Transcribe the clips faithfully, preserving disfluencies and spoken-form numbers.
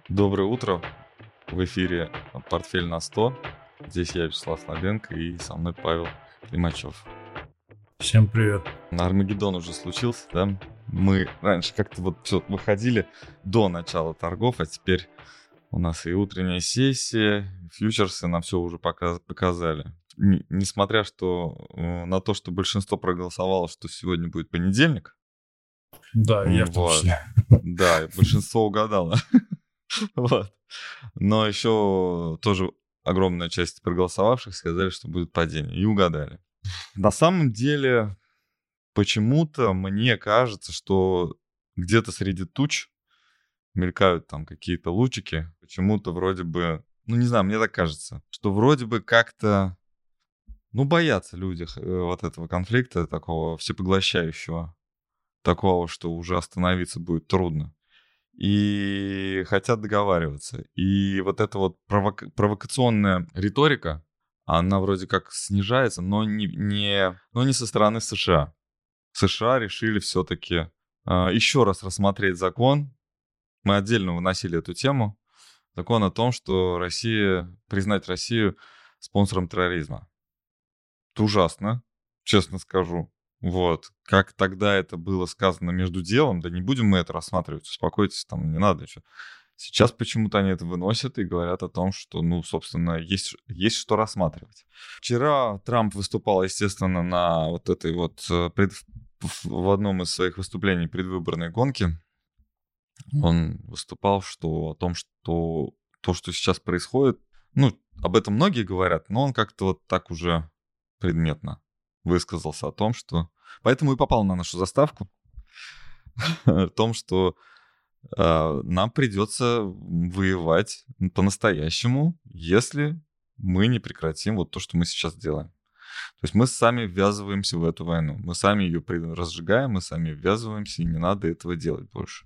Доброе утро. В эфире «Портфель на сто». Здесь я, Вячеслав Слабенко, и со мной Павел Климачев. Всем привет. Армагеддон уже случился, да? Мы раньше как-то вот все выходили до начала торгов, а теперь у нас и утренняя сессия, и фьючерсы нам все уже пока- показали. Н- несмотря что, э, на то, что большинство проголосовало, что сегодня будет понедельник. Да, я в том Вот. числе. Да, большинство угадало. Вот. Но еще тоже огромная часть проголосовавших сказали, что будет падение. И угадали. На самом деле, почему-то мне кажется, что где-то среди туч мелькают там какие-то лучики. Почему-то вроде бы, ну не знаю, мне так кажется, что вроде бы как-то, ну боятся люди х- э, вот этого конфликта, такого всепоглощающего, такого, что уже остановиться будет трудно. И хотят договариваться. И вот эта вот провока- провокационная риторика, она вроде как снижается, но не, не, но не со стороны США. США решили все-таки еще раз рассмотреть закон. Мы отдельно выносили эту тему. Закон о том, что Россия, признать Россию спонсором терроризма. Это ужасно, честно скажу. Вот. Как тогда это было сказано между делом, да не будем мы это рассматривать, успокойтесь, там не надо ничего. Сейчас почему-то они это выносят и говорят о том, что, ну, собственно, есть, есть что рассматривать. Вчера Трамп выступал, естественно, на вот этой вот, э, пред- в одном из своих выступлений предвыборной гонки. Он выступал что, о том, что то, что сейчас происходит, ну, об этом многие говорят, но он как-то вот так уже предметно высказался о том, что... Поэтому и попал на нашу заставку. О том, что а, нам придется воевать по-настоящему, если мы не прекратим вот то, что мы сейчас делаем. То есть мы сами ввязываемся в эту войну. Мы сами ее при- разжигаем, мы сами ввязываемся, и не надо этого делать больше.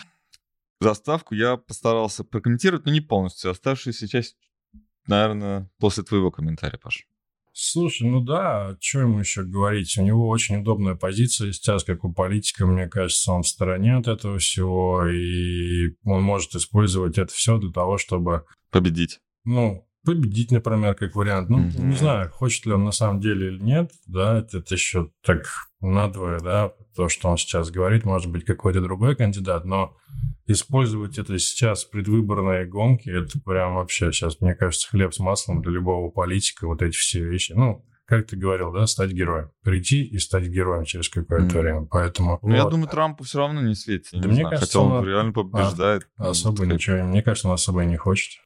Заставку я постарался прокомментировать, но не полностью. Оставшуюся часть, наверное, после твоего комментария, Паш. Слушай, ну да, что ему еще говорить? У него очень удобная позиция сейчас, как у политика, мне кажется, он в стороне от этого всего, и он может использовать это все для того, чтобы, Победить. ну, победить, например, как вариант. Ну, Мгм. не знаю, хочет ли он на самом деле или нет, да, это, это еще так надвое, да, то, что он сейчас говорит, может быть, какой-то другой кандидат, но использовать это сейчас в предвыборные гонки, это прям вообще сейчас, мне кажется, хлеб с маслом для любого политика, вот эти все вещи. Ну, как ты говорил, да, стать героем. Прийти и стать героем через какое-то Мгм. время. Поэтому... Ну, я вот. думаю, Трампу все равно не светит, я Да не мне знаю. кажется, Хотя он он реально побеждает. а, ну, особо хоть- ничего, мне кажется, он особо и не хочет.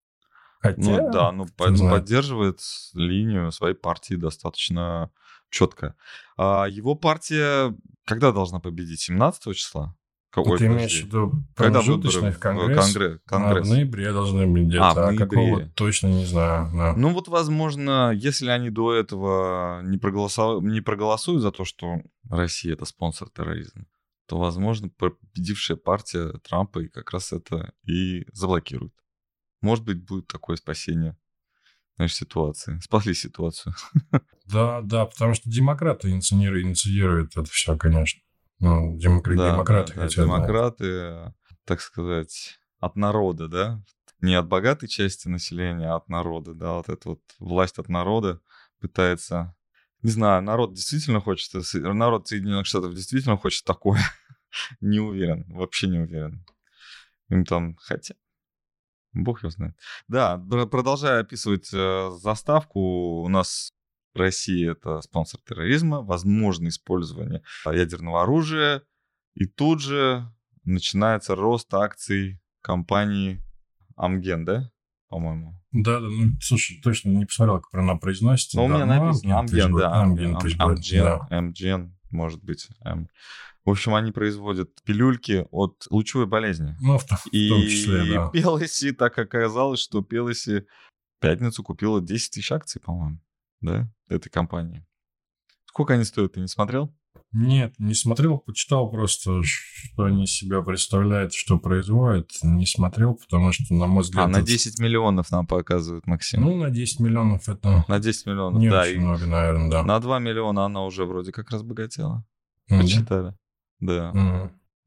Ну Хотя, да, ну, кто по- ну, знает. поддерживает линию своей партии достаточно четко. А его партия когда должна победить? семнадцатого числа? Ка- Ну, Ой, ты имеешь в подожди. виду Когда выборы промежуточный в в Конгресс? Конгресс? А, в Конгресс. ноябре должны быть где-то. А, в А какого ноябре. точно не знаю. Да. Ну вот, возможно, если они до этого не, проголосов... не проголосуют за то, что Россия — это спонсор терроризма, то, возможно, победившая партия Трампа и как раз это и заблокирует. Может быть, будет такое спасение, знаешь, ситуации. Спасли ситуацию. Да, да, потому что демократы инициируют, инициируют это все, конечно. Ну, демокра- Да, да, демократы да. хотят. Да. Демократы, так сказать, от народа, да? Не от богатой части населения, а от народа, да? Вот эта вот власть от народа пытается... Не знаю, народ действительно хочет... с- Народ Соединенных Штатов действительно хочет такое. Не уверен, вообще не уверен. Им там... Хотя... Бог его знает. Да, пр- продолжая описывать э, заставку, у нас Россия — это спонсор терроризма, возможно использование ядерного оружия, и тут же начинается рост акций компании Амген, да, по-моему? Да, да, ну, слушай, точно не посмотрел, как она произносится. Но у да, меня ну, написано Амген пусть Амген, будет. да, Амген Амген, пусть Ам- будет, Амген, да. Амген, может быть. Ам. В общем, они производят пилюльки от лучевой болезни. Ну, в, в том числе, И да. Пелоси, так оказалось, что Пелоси в пятницу купила десять тысяч акций, по-моему, да, этой компании. Сколько они стоят, ты не смотрел? Нет, не смотрел, почитал просто, что они из себя представляют, что производят. Не смотрел, потому что, на мой взгляд... А, на это- десять миллионов нам показывают, Максим. Ну, на десять миллионов это На десять миллионов, не да. очень И много, наверное, да. на два миллиона она уже вроде как разбогатела. М, да? Подсчитали. Да. М.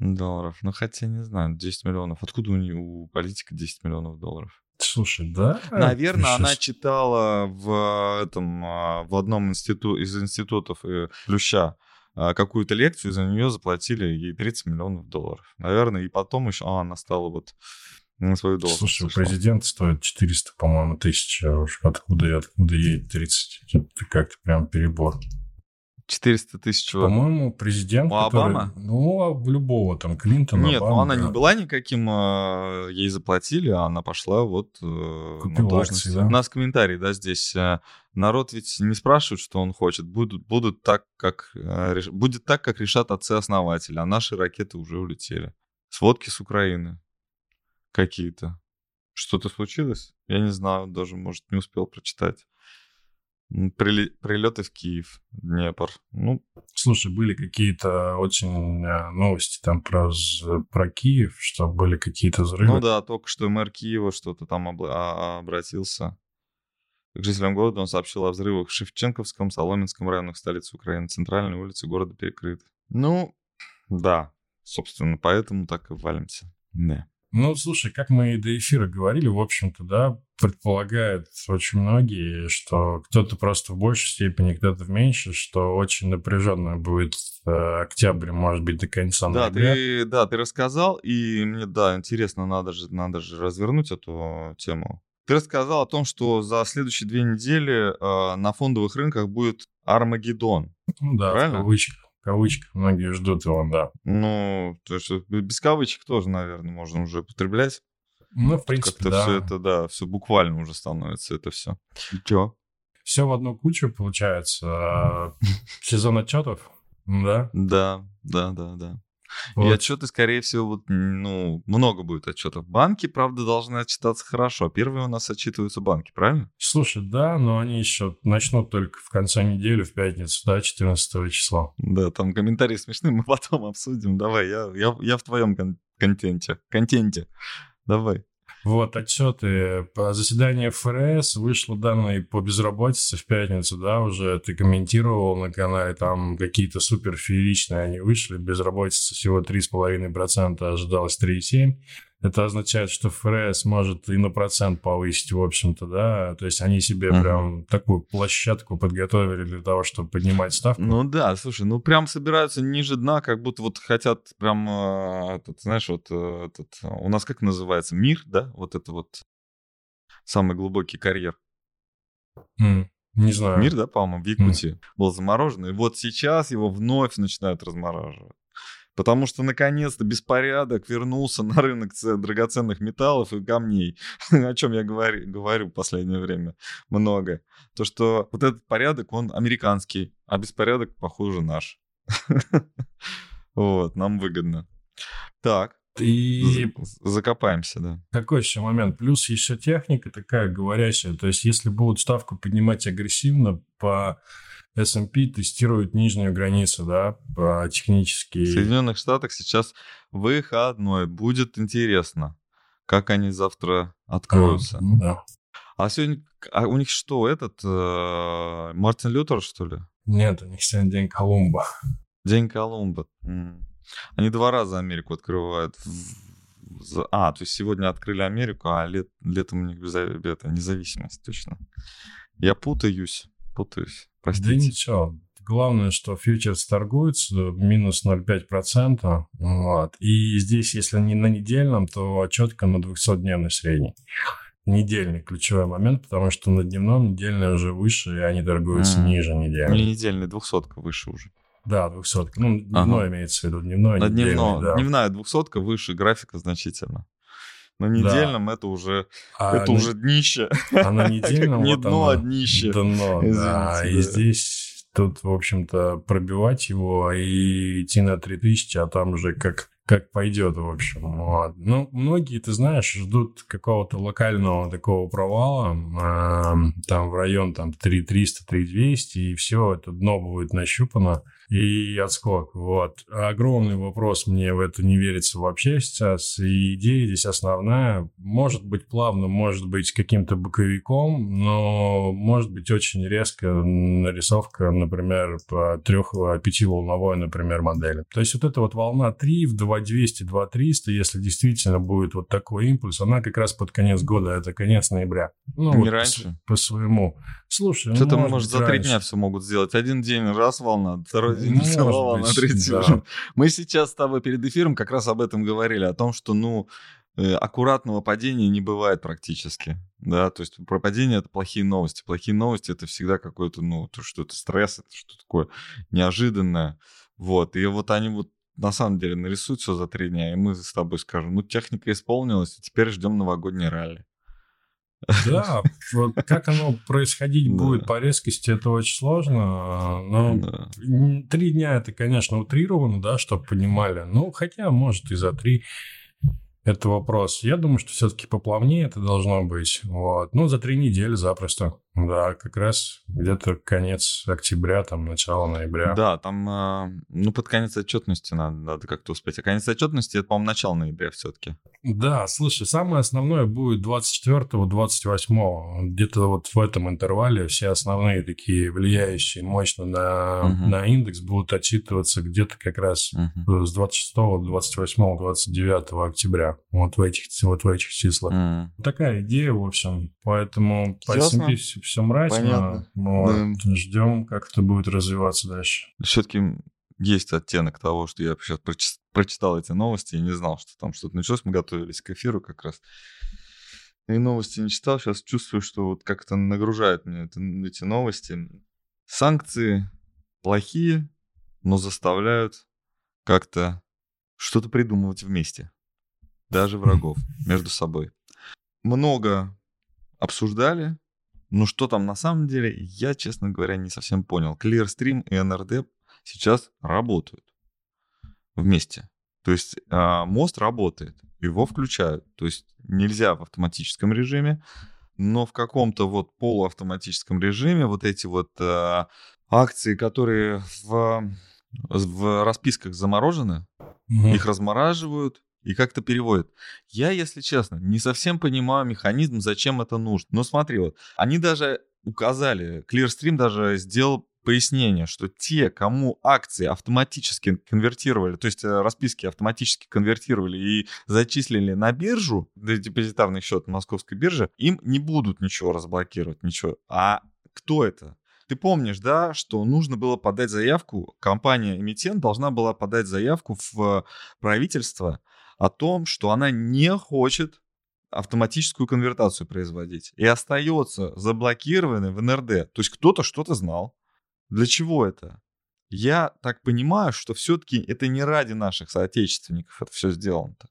Долларов. Ну, хотя, не знаю, десять миллионов. Откуда у, нее, у политика десять миллионов долларов? Слушай, да? Наверное, Сейчас... она читала в, этом, в одном институ... из институтов Плюща какую-то лекцию, и за нее заплатили ей тридцать миллионов долларов. Наверное, и потом еще а, она стала вот на свою должность. Слушай, у президента стоит четыреста, по-моему, тысяч. Откуда, откуда ей тридцать? Это как-то прям перебор. четыреста тысяч. По-моему, президент, у который... Обама? Ну, любого, там, Клинтона, Нет, Обама, ну она да. не была никаким, э, ей заплатили, а она пошла вот э, на должность. Акции, да? У нас комментарий, да, здесь. Э, народ ведь не спрашивает, что он хочет. Будут, будут так, как, э, реш... Будет так, как решат отцы-основатели, а наши ракеты уже улетели. Сводки с Украины какие-то. Что-то случилось? Я не знаю, даже, может, не успел прочитать. Прили... Прилеты в Киев, Днепр. Ну, слушай, были какие-то очень новости там про, про Киев, что были какие-то взрывы. Ну да, только что мэр Киева что-то там об... обратился к жителям города. Он сообщил о взрывах в Шевченковском, Соломенском районах столицы Украины. Центральные улицы города перекрыты. Ну, да, собственно, поэтому так и валимся. Да. Ну, слушай, как мы и до эфира говорили, в общем-то, да, предполагают очень многие, что кто-то просто в большей степени, кто-то в меньшей, что очень напряженно будет э, октябрь, может быть, до конца да, ноября. Ты, да, ты рассказал, и мне, да, интересно, надо же, надо же развернуть эту тему. Ты рассказал о том, что за следующие две недели э, на фондовых рынках будет Армагеддон. Ну да, правильно? в кавычках. В кавычках многие ждут его, да. Ну, то есть без кавычек тоже, наверное, можно уже употреблять. Ну, в принципе, как-то да. все это, да, все буквально уже становится это все. И чё? Все в одну кучу, получается. Сезон отчетов, да? Да, да, да, да. Вот. И отчеты, скорее всего, вот, ну, много будет отчетов. Банки, правда, должны отчитаться хорошо. Первые у нас отчитываются банки, правильно? Слушай, да, но они еще начнут только в конце недели, в пятницу, да, четырнадцатого числа. Да, там комментарии смешные, мы потом обсудим. Давай, я, я, я в твоем кон- контенте. Контенте. Давай. Вот, отчеты. По заседанию эф эр эс вышло данные по безработице в пятницу, да, уже ты комментировал на канале, там какие-то супер фееричные они вышли, безработица всего три целых пять десятых процента, ожидалось три целых семь десятых процента. Это означает, что эф эр эс может и на процент повысить, в общем-то, да, то есть они себе uh-huh. прям такую площадку подготовили для того, чтобы поднимать ставку. Ну да, слушай, ну прям собираются ниже дна, как будто вот хотят прям, э, этот, знаешь, вот этот, у нас как называется, мир, да, вот это вот самый глубокий карьер. Mm, не знаю. Мир, да, по-моему, в Якутии mm. был заморожен, и вот сейчас его вновь начинают размораживать. Потому что, наконец-то, беспорядок вернулся на рынок драгоценных металлов и камней. О чем я говорю, говорю в последнее время много. То, что вот этот порядок, он американский, а беспорядок, похоже, наш. Вот, нам выгодно. Так, и закопаемся, да. Такой еще момент. Плюс еще техника такая говорящая. То есть, если будут ставку поднимать агрессивно по... эс энд пи тестирует нижнюю границу, да, по технически. В Соединенных Штатах сейчас выходной. Будет интересно, как они завтра откроются. А, ну да. А сегодня а у них что, этот э, Мартин Лютер, что ли? Нет, у них сегодня День Колумба. День Колумба. М-м. Они два раза Америку открывают. А, то есть сегодня открыли Америку, а лет, летом у них это, независимость, точно. Я путаюсь, путаюсь. Простите. Да ничего. Главное, что фьючерс торгуются минус ноль целых пять десятых процента. Вот. И здесь, если не на недельном, то четко на двухсотдневной средней. Недельный ключевой момент, потому что на дневном недельный уже выше, и они торгуются mm. ниже недельной. Не недельный, двухсотка выше уже. Да, двухсотка. Ну, дневной ага. имеется в виду. Дневной, на недельный, дневно, да. Дневная двухсотка выше графика значительно. На недельном да. это уже а это на... уже днище. А на недельном не вот дно, оно, а днище. Дно, Извините, да. да. И здесь тут, в общем-то, пробивать его и идти на три тысячи, а там уже как, как пойдет, в общем. Вот. Ну, многие, ты знаешь, ждут какого-то локального такого провала, э, там в район там, три триста - три двести, и все, это дно будет нащупано. и отскок. Вот. Огромный вопрос, мне в это не верится вообще сейчас. И идея здесь основная. Может быть плавно, может быть каким-то боковиком, но может быть очень резко нарисовка, например, по трех-пятиволновой, например, модели. То есть вот эта вот волна три в два двести, два триста, если действительно будет вот такой импульс, она как раз под конец года, это конец ноября. Ну, Не вот раньше? По, по своему. Слушай, ну, Что-то, может, может, быть, за три раньше. дня все могут сделать. Один день раз волна, второй день Может вторая волна, быть, третий да. уже. Мы сейчас с тобой перед эфиром как раз об этом говорили, о том, что, ну, э, аккуратного падения не бывает практически, да, то есть про падение — это плохие новости. Плохие новости — это всегда какой-то, ну, то, что это стресс, это что-то такое неожиданное, вот, и вот они вот на самом деле нарисуют все за три дня, и мы с тобой скажем, ну, техника исполнилась, и теперь ждем новогодний ралли. Да, вот как оно происходить Да. будет по резкости, это очень сложно. Но Да. м, три дня это, конечно, утрировано, да, чтобы понимали. Ну, хотя, может, и за три. Это вопрос. Я думаю, что все-таки поплавнее это должно быть. Вот. Ну, за три недели запросто. Да, как раз где-то конец октября, там, начало ноября. Да, там, а, ну, под конец отчетности надо, надо как-то успеть. А конец отчетности — это, по-моему, начало ноября все-таки. Да, слушай, самое основное будет двадцать четвёртого - двадцать восьмого. Где-то вот в этом интервале все основные такие влияющие мощно на, Мгм. на индекс будут отчитываться где-то как раз Мгм. с двадцать шестого, двадцать восьмого, двадцать девятого октября. Вот в этих, вот в этих числах. М. Такая идея, в общем. Поэтому по Ясно. эс энд пи все мрачно. Понятно. Вот. Ждем, как это будет развиваться дальше. Все-таки есть оттенок того, что я сейчас прочитал эти новости и не знал, что там что-то началось. Мы готовились к эфиру как раз. И новости не читал. Сейчас чувствую, что вот как-то нагружают меня это, эти новости. Санкции плохие, но заставляют как-то что-то придумывать вместе. Даже врагов между собой. Много обсуждали, но что там на самом деле, я, честно говоря, не совсем понял. Clearstream и эн эр дэ сейчас работают вместе. То есть а, мост работает, его включают. То есть нельзя в автоматическом режиме, но в каком-то вот полуавтоматическом режиме вот эти вот а, акции, которые в, в расписках заморожены, Мгм. их размораживают и как-то переводят. Я, если честно, не совсем понимаю механизм, зачем это нужно. Но смотри, вот, они даже указали, Clearstream даже сделал пояснение, что те, кому акции автоматически конвертировали, то есть э, расписки автоматически конвертировали и зачислили на биржу, на депозитарный счет московской биржи, им не будут ничего разблокировать, ничего. А кто это? Ты помнишь, да, что нужно было подать заявку, компания-эмитент должна была подать заявку в правительство о том, что она не хочет автоматическую конвертацию производить и остается заблокированной в эн эр дэ. То есть кто-то что-то знал. Для чего это? Я так понимаю, что все-таки это не ради наших соотечественников это все сделано-то,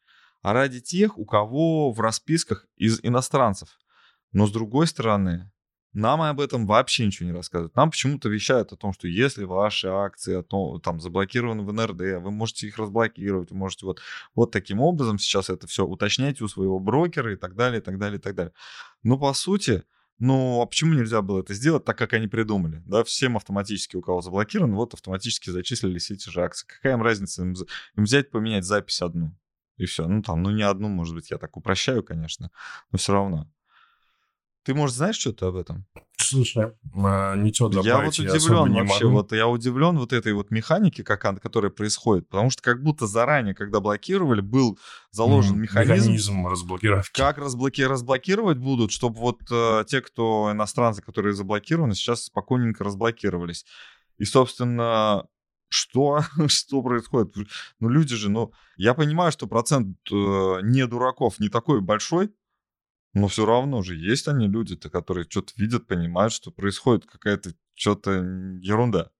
а ради тех, у кого в расписках из иностранцев. Но с другой стороны, нам об этом вообще ничего не рассказывают. Нам почему-то вещают о том, что если ваши акции о том, там, заблокированы в эн эр дэ, вы можете их разблокировать, вы можете вот, вот таким образом сейчас это все уточнять у своего брокера и так далее, и так далее, и так далее. Но по сути, ну а почему нельзя было это сделать так, как они придумали? Да, всем автоматически, у кого заблокировано, вот автоматически зачислились эти же акции. Какая им разница им, им взять, поменять запись одну? И все. Ну там, ну не одну, может быть, я так упрощаю, конечно, но все равно. Ты, может, знаешь что-то об этом? Слушай, а, ничего добавить Я вот я удивлен особо не вообще, могу. вот я удивлен вот этой вот механике, как она, которая происходит, потому что как будто заранее, когда блокировали, был заложен Мгм. механизм, Механизм разблокировки. как разблоки... разблокировать будут, чтобы вот э, те, кто иностранцы, которые заблокированы, сейчас спокойненько разблокировались. И, собственно, что, что происходит? Ну, люди же, ну, я понимаю, что процент э, не дураков не такой большой, но все равно же есть они люди-то, которые что-то видят, понимают, что происходит какая-то что-то ерунда.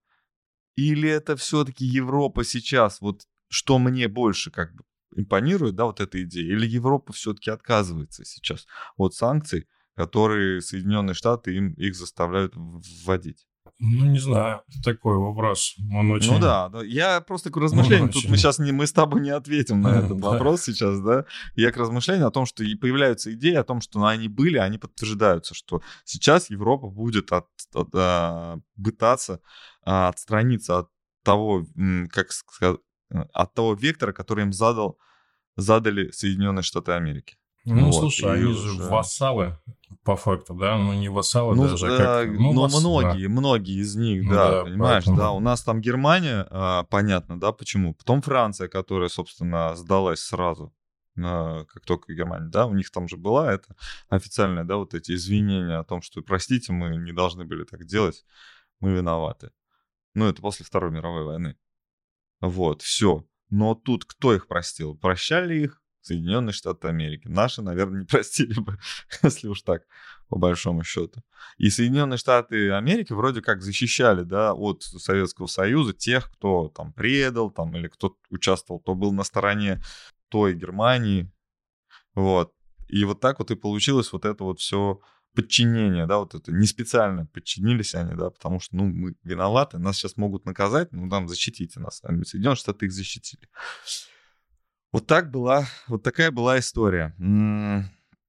Или это все-таки Европа сейчас, вот что мне больше как бы импонирует, да, вот эта идея, или Европа все-таки отказывается сейчас от санкций, которые Соединенные Штаты им их заставляют вводить. Ну, не знаю, такой вопрос. Он очень... Ну да, да, я просто к размышлению, Он тут очень- мы сейчас не, мы с тобой не ответим на этот Да. вопрос сейчас, да, я к размышлению о том, что и появляются идеи о том, что они были, они подтверждаются, что сейчас Европа будет от, от, а, пытаться а, отстраниться от того, как сказать, от того вектора, который им задал, задали Соединенные Штаты Америки. Ну, вот, слушай, они уже вассалы, по факту, да? Ну, не вассалы ну, даже, а как... Ну, ну васс... многие, да. многие из них, Ну, да, да, понимаешь, поэтому... да. У нас там Германия, а, понятно, да, почему. Потом Франция, которая, собственно, сдалась сразу, а, как только Германия, да. У них там же была это официальное, да, вот эти извинения о том, что, простите, мы не должны были так делать, мы виноваты. Ну, это после Второй мировой войны. Вот, все. Но тут кто их простил? Прощали их Соединенные Штаты Америки. Наши, наверное, не простили бы, если уж так, по большому счету. И Соединенные Штаты Америки вроде как защищали, да, от Советского Союза тех, кто там предал, там, или кто участвовал, кто был на стороне той Германии. Вот. И вот так вот и получилось вот это вот все подчинение, да, вот это не специально подчинились они, да, потому что, ну, мы виноваты, нас сейчас могут наказать, ну, там, защитите нас. А Соединенные Штаты их защитили. Вот так была, вот такая была история. М-м-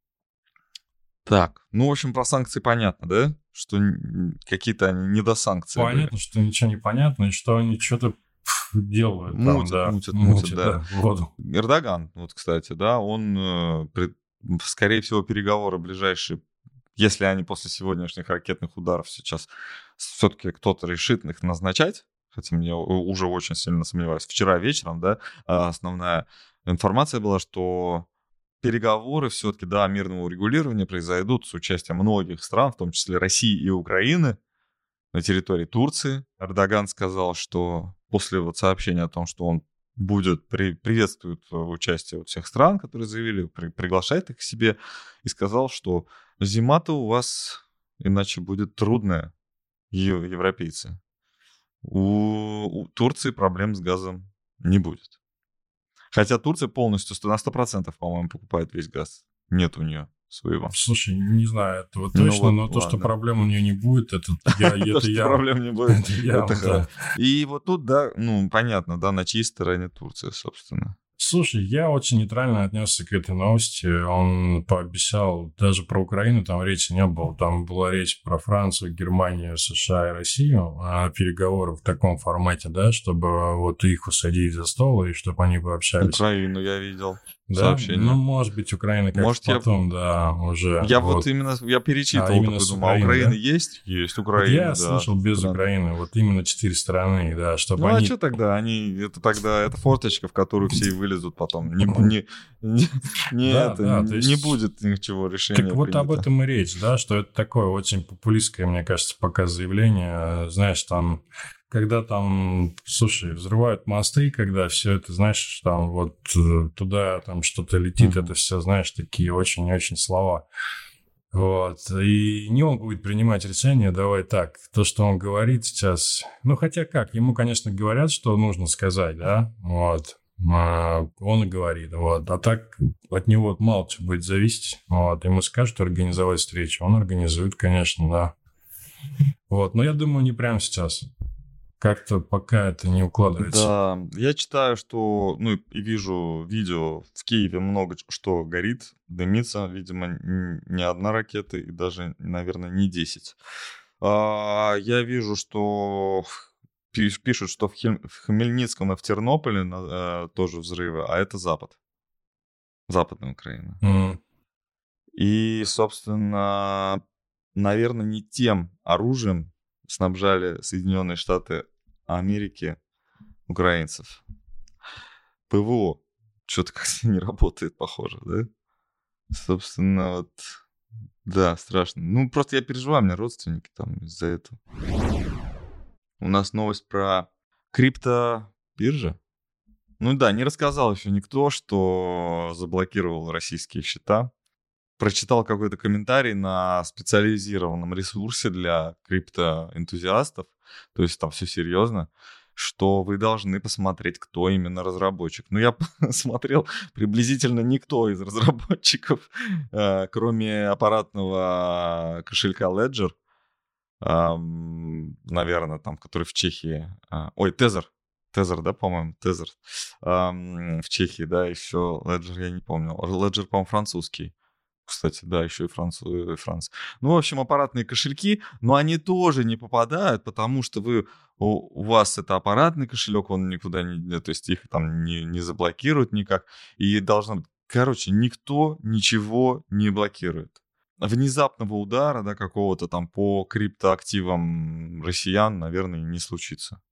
так, ну, в общем, про санкции понятно, да? Что н- какие-то они недосанкции были. Понятно, что ничего не понятно, и что они что-то делают там, Мутят, да. мутят, мутят, Мутят, да. да, воду. Эрдоган, вот, кстати, да, он, э, пред- скорее всего, переговоры ближайшие, если они после сегодняшних ракетных ударов сейчас все-таки кто-то решит их назначать, хотя я уже очень сильно сомневаюсь. Вчера вечером, да, основная информация была, что переговоры все-таки, да, мирного урегулирования произойдут с участием многих стран, в том числе России и Украины, на территории Турции. Эрдоган сказал, что после вот сообщения о том, что он будет, при, приветствует участие вот всех стран, которые заявили, при, приглашает их к себе, и сказал, что зима-то у вас иначе будет трудная, ев- европейцы. У, у Турции проблем с газом не будет. Хотя Турция полностью, на сто процентов, по-моему, покупает весь газ. Нет у нее своего. Слушай, не знаю этого Ну точно, вот, но то, ладно. что проблем у нее не будет, это я, То, это что я. проблем не будет, Это я, это да. хорошо. И вот тут, да, ну, понятно, да, на чьей стороне Турция, собственно. Слушай, я очень нейтрально отнесся к этой новости. Он пообещал, даже про Украину там речи не было. Там была речь про Францию, Германию, США и Россию, а переговоры в таком формате, да, чтобы вот их усадить за стол и чтобы они пообщались. Украину я видел. Да? Сообщение. Ну, может быть, Украина как Может, я- потом, да, уже. Я вот, именно, я перечитывал, А, именно такой, с думаю, а Украины, Украина да? есть? Есть Вот Украина, я да. слышал без Страна. Украины, вот именно четыре страны, да, чтобы Ну, они... а что тогда? Они, это тогда, это форточка, в которую все и вылезут потом. Не, не, не, не Да, это, да, то не есть- будет ничего решения Так вот принято. об этом и речь, да, что это такое очень популистское, мне кажется, пока заявление. Знаешь, там, когда там, слушай, взрывают мосты, когда все это, знаешь, там вот э, туда там что-то летит, Мгм. это все, знаешь, такие очень-очень слова. Вот. И не он будет принимать решение, давай так, то, что он говорит сейчас. Ну, хотя как, ему, конечно, говорят, что нужно сказать, да, вот. А он и говорит, вот. А так от него мало чего будет зависеть. Вот. Ему скажут организовать встречу, он организует, конечно, да. Вот. Но я думаю, не прямо сейчас. Как-то пока это не укладывается. Да, я читаю, что, ну, и вижу видео, в Киеве много ч- что горит, дымится, видимо, н- не одна ракета и даже, наверное, не десять. А, я вижу, что пиш- пишут, что в, Хель- в Хмельницком и в Тернополе на- э, тоже взрывы, а это Запад, Западная Украина. М. И, собственно, наверное, не тем оружием снабжали Соединенные Штаты Америки украинцев. ПВО что-то как-то не работает, похоже, да? Собственно, вот, да, страшно. Ну, просто я переживаю, у меня родственники там из-за этого. У нас новость про криптобиржи. Ну да, не рассказал еще никто, что заблокировал российские счета. Прочитал какой-то комментарий на специализированном ресурсе для криптоэнтузиастов, то есть там все серьезно, что вы должны посмотреть, кто именно разработчик. Ну, я посмотрел, приблизительно никто из разработчиков, э, кроме аппаратного кошелька Ledger, ам, наверное, там, который в Чехии. а, Ой, Tether. Tether, да, по-моему? Tether. Ам, В Чехии, да, еще Ledger, я не помню. Ledger, по-моему, французский. Кстати, да, еще и Франция. Франция. Ну, в общем, аппаратные кошельки, но они тоже не попадают, потому что вы, у, у вас это аппаратный кошелек, он никуда не... То есть их там не, не заблокируют никак. И должно быть... Короче, никто ничего не блокирует. Внезапного удара, да, какого-то там по криптоактивам россиян, наверное, не случится.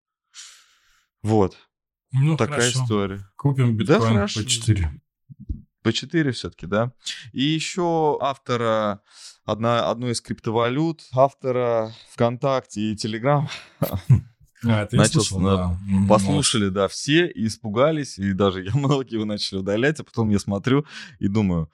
Вот. Ну, такая хорошо. история. Купим биткоин Да, по четыре. По четыре все-таки, да. И еще автора, одна, одной из криптовалют, автора ВКонтакте и Телеграм. А, это я слышал, да. Послушали, да, все, и испугались, и даже я многие начали удалять, а потом я смотрю и думаю,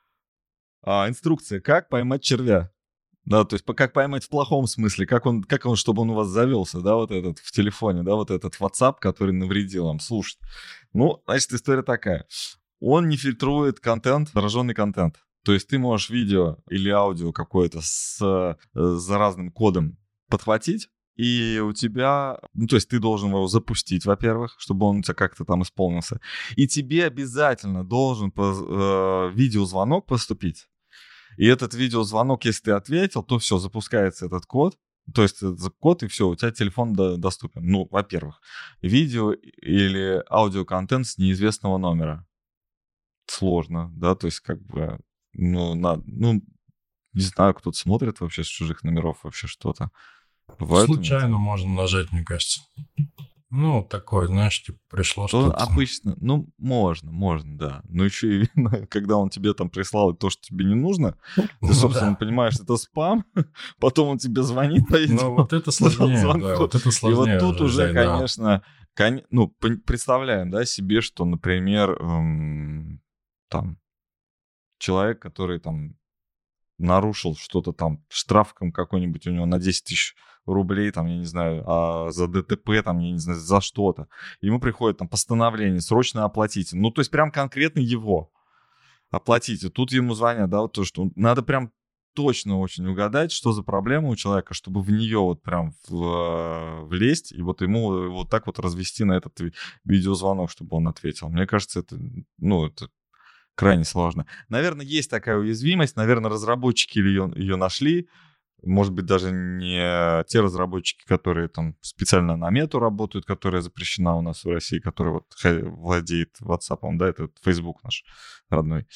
а, инструкция, как поймать червя. Да, то есть как поймать в плохом смысле, как он, как он, чтобы он у вас завелся, да, вот этот в телефоне, да, вот этот WhatsApp, который навредил вам. Слушайте, ну, значит, история такая. Он не фильтрует контент, зараженный контент. То есть ты можешь видео или аудио какое-то с э, заразным кодом подхватить, и у тебя, ну, то есть ты должен его запустить, во-первых, чтобы он у тебя как-то там исполнился. И тебе обязательно должен по, э, видеозвонок поступить. И этот видеозвонок, если ты ответил, то все, запускается этот код. То есть этот код, и все, у тебя телефон до, доступен. Ну, во-первых, видео или аудиоконтент с неизвестного номера. Сложно, да, то есть как бы, ну, на, ну, не знаю, кто-то смотрит вообще с чужих номеров вообще что-то. Бывает случайно можно нажать, мне кажется. Ну, такое, знаешь, типа, пришло то что-то. Обычно, ну, можно, можно, да. Но еще и когда он тебе там прислал то, что тебе не нужно, ты, собственно, да. понимаешь, что это спам, потом он тебе звонит по видео. Ну, вот это сложнее, да, вот это сложнее. И вот тут уже, да. конечно, кон... ну, представляем, да, себе, что, например, эм, там, человек, который там нарушил что-то там, штрафком какой-нибудь у него на десять тысяч рублей, там, я не знаю, а за ДТП, там, я не знаю, за что-то. Ему приходит там постановление, срочно оплатите. Ну, то есть прям конкретно его оплатите. Тут ему звонят, да, вот то, что надо прям точно очень угадать, что за проблема у человека, чтобы в нее вот прям в, влезть и вот ему вот так вот развести на этот видеозвонок, чтобы он ответил. Мне кажется, это, ну, это крайне сложно. Наверное, есть такая уязвимость, наверное, разработчики ее, ее нашли. Может быть, даже не те разработчики, которые там специально на мету работают, которая запрещена у нас в России, которая вот владеет WhatsApp, да, это Facebook наш родной.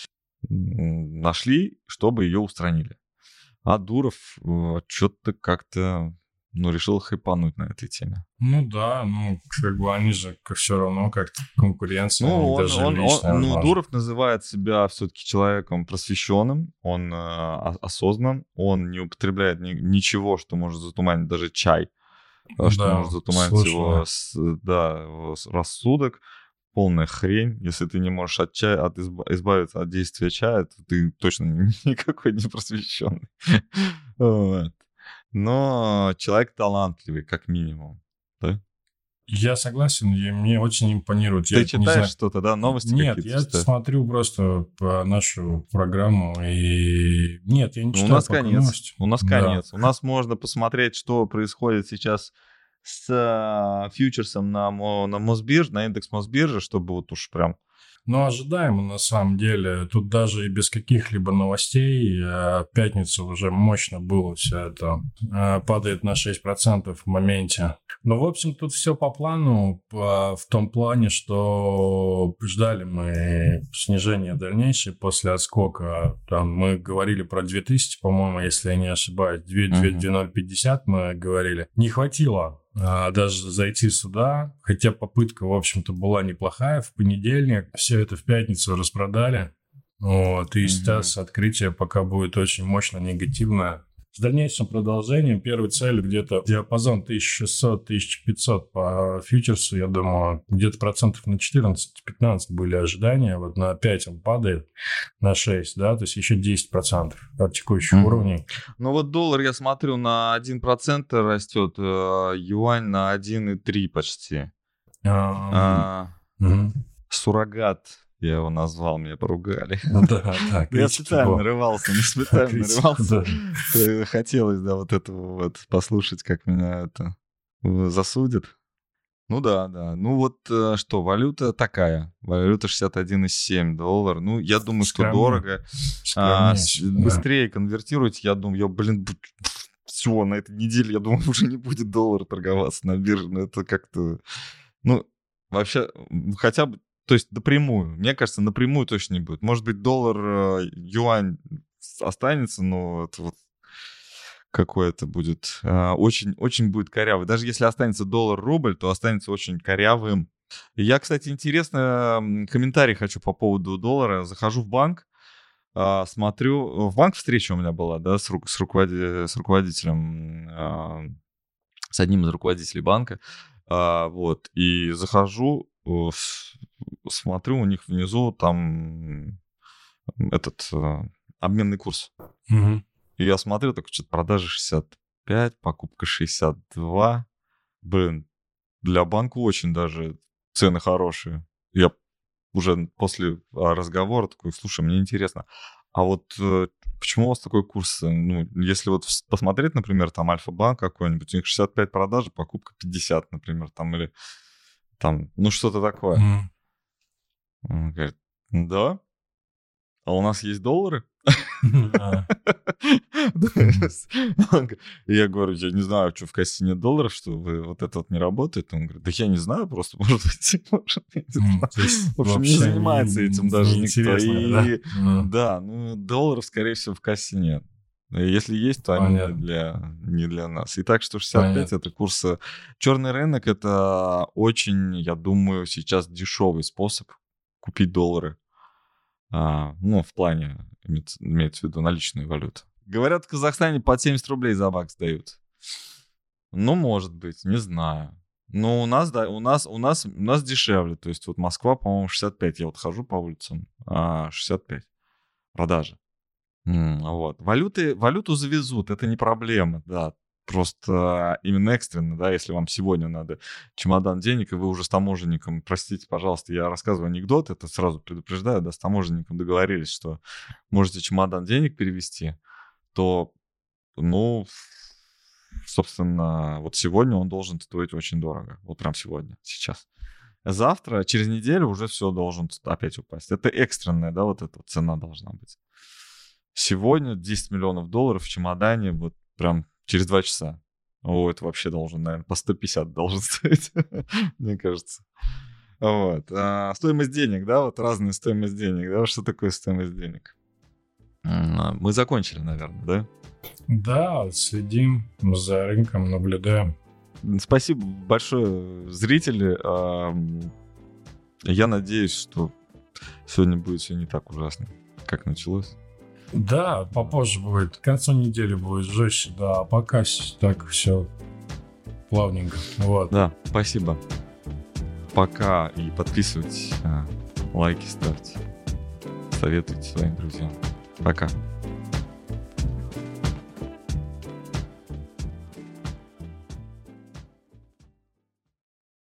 Нашли, чтобы ее устранили. А Дуров что-то как-то, ну, решил хайпануть на этой теме. Ну да, ну, как бы они же все равно как-то конкуренция. Ну, он, даже он, личная, он, ну, Дуров называет себя все-таки человеком просвещенным, он э, осознан, он не употребляет ни, ничего, что может затуманить даже чай, да, что может затуманить слышно. его, да, его рассудок. Полная хрень. Если ты не можешь от чая, от изба- избавиться от действия чая, то ты точно никакой не просвещенный. Вот. Но человек талантливый, как минимум, да? Я согласен, и мне очень импонирует. Ты я читаешь не знаю... что-то, да? Новости Нет, какие-то? я читаешь? смотрю просто по нашу программу, и... Нет, я не читаю У нас пока конец. новости. У нас Да. конец. У нас можно посмотреть, что происходит сейчас с uh, фьючерсом на, на Мосбирже, на индекс Мосбиржи, чтобы вот уж прям... Ну, ожидаемо, на самом деле. Тут даже и без каких-либо новостей. В пятницу уже мощно было все это. Падает на шесть процентов в моменте. Ну, в общем, тут все по плану. В том плане, что ждали мы снижения дальнейшее после отскока. Там мы говорили про две тысячи, по-моему, если я не ошибаюсь. две тысячи ноль пятьдесят мы говорили. Не хватило. А даже зайти сюда, хотя попытка, в общем-то, была неплохая в понедельник, все это в пятницу распродали, вот, и mm-hmm. сейчас открытие пока будет очень мощно негативное. С дальнейшим продолжением первой цели где-то диапазон тысяча шестьсот - тысяча пятьсот по фьючерсу, я думаю, где-то процентов на четырнадцать-пятнадцать были ожидания, вот на пять он падает, на шесть, да, то есть еще десять процентов от текущих mm-hmm. уровней. Ну вот доллар, я смотрю, на один процент растет, юань на один и три почти. Mm-hmm. А, mm-hmm. Суррогат. Я его назвал, меня поругали. Да, да. Я специально нарывался, не специально нарывался. Хотелось, да, вот этого вот послушать, как меня это засудят. Ну да, да. Ну вот э, что, валюта такая. Валюта шестьдесят один и семь доллар. Ну, я думаю, что Скромнее. дорого. А, с- Скромнее, да. быстрее конвертируйте. Я думаю, я, блин, все, на этой неделе, я думаю, уже не будет доллара торговаться на бирже. Ну, это как-то... Ну, вообще, м, хотя бы... То есть напрямую. Мне кажется, напрямую точно не будет. Может быть, доллар, э, юань останется, но это вот какой-то будет а, очень, очень будет корявый. Даже если останется доллар-рубль, то останется очень корявым. И я, кстати, интересно, м, комментарий хочу по поводу доллара. Захожу в банк, а, смотрю, в банк встреча у меня была, да, с, ру- с, руководи- с руководителем, а, с одним из руководителей банка, а, вот, и захожу, о, с- смотрю, у них внизу там этот а, обменный курс. Мгм. И я смотрю, так что-то продажи шестьдесят пять, покупка шестьдесят два. Блин, для банка очень даже цены хорошие. Я уже после а, разговора такой, слушай, мне интересно, а вот э, почему у вас такой курс? Ну, если вот вс- посмотреть, например, там Альфа-банк какой-нибудь, у них шестьдесят пять продажи, покупка пятьдесят, например, там, или там, ну, что-то такое. Мгм. Он говорит, да, а у нас есть доллары? А, Да. мгм. Он г- Я говорю, я не знаю, что в кассе нет долларов, что вы, вот это вот не работает. Он говорит, да я не знаю, просто, может быть, может, я не М, знаю. То есть В общем, не вообще занимается этим даже не- никто. неинтересно, да? И М, да, ну, долларов, скорее всего, в кассе нет. И если есть, то они не Понятно, для, не для нас. И так что шестьдесят пять понятно. это курс. э, Черный рынок это очень, я думаю, сейчас дешевый способ купить доллары. А, ну, в плане, имеется, имеется в виду наличные валюты. Говорят, в Казахстане под семьдесят рублей за бакс дают. Ну, может быть, не знаю. Но у нас, да, у нас, у нас, у нас дешевле. То есть вот Москва, по-моему, шестьдесят пять. Я вот хожу по улицам, а, шестьдесят пять продажи. М, вот. Валюты, валюту завезут, это не проблема, да. Просто именно экстренно, да, если вам сегодня надо чемодан денег, и вы уже с таможенником, простите, пожалуйста, я рассказываю анекдот, это сразу предупреждаю, да, с таможенником договорились, что можете чемодан денег перевести, то, ну, собственно, вот сегодня он должен стоить очень дорого. Вот прям сегодня, сейчас. Завтра, через неделю уже все должен опять упасть. Это экстренная, да, вот эта вот цена должна быть. Сегодня десять миллионов долларов в чемодане, вот прям через два часа. О, это вообще должен, наверное, по сто пятьдесят должен стоить, мне кажется. Вот. А, стоимость денег, да, вот разная стоимость денег, да, что такое стоимость денег? М, Мы закончили, наверное, да? Да, следим за рынком, наблюдаем. Спасибо большое, зрители. Ам, Я надеюсь, что сегодня будет все не так ужасно, как началось. Да, попозже будет. К концу недели будет жестче, да. А пока с- так все плавненько. Вот. Да, спасибо. Пока и подписывайтесь, а, лайки ставьте, советуйте своим друзьям. Пока.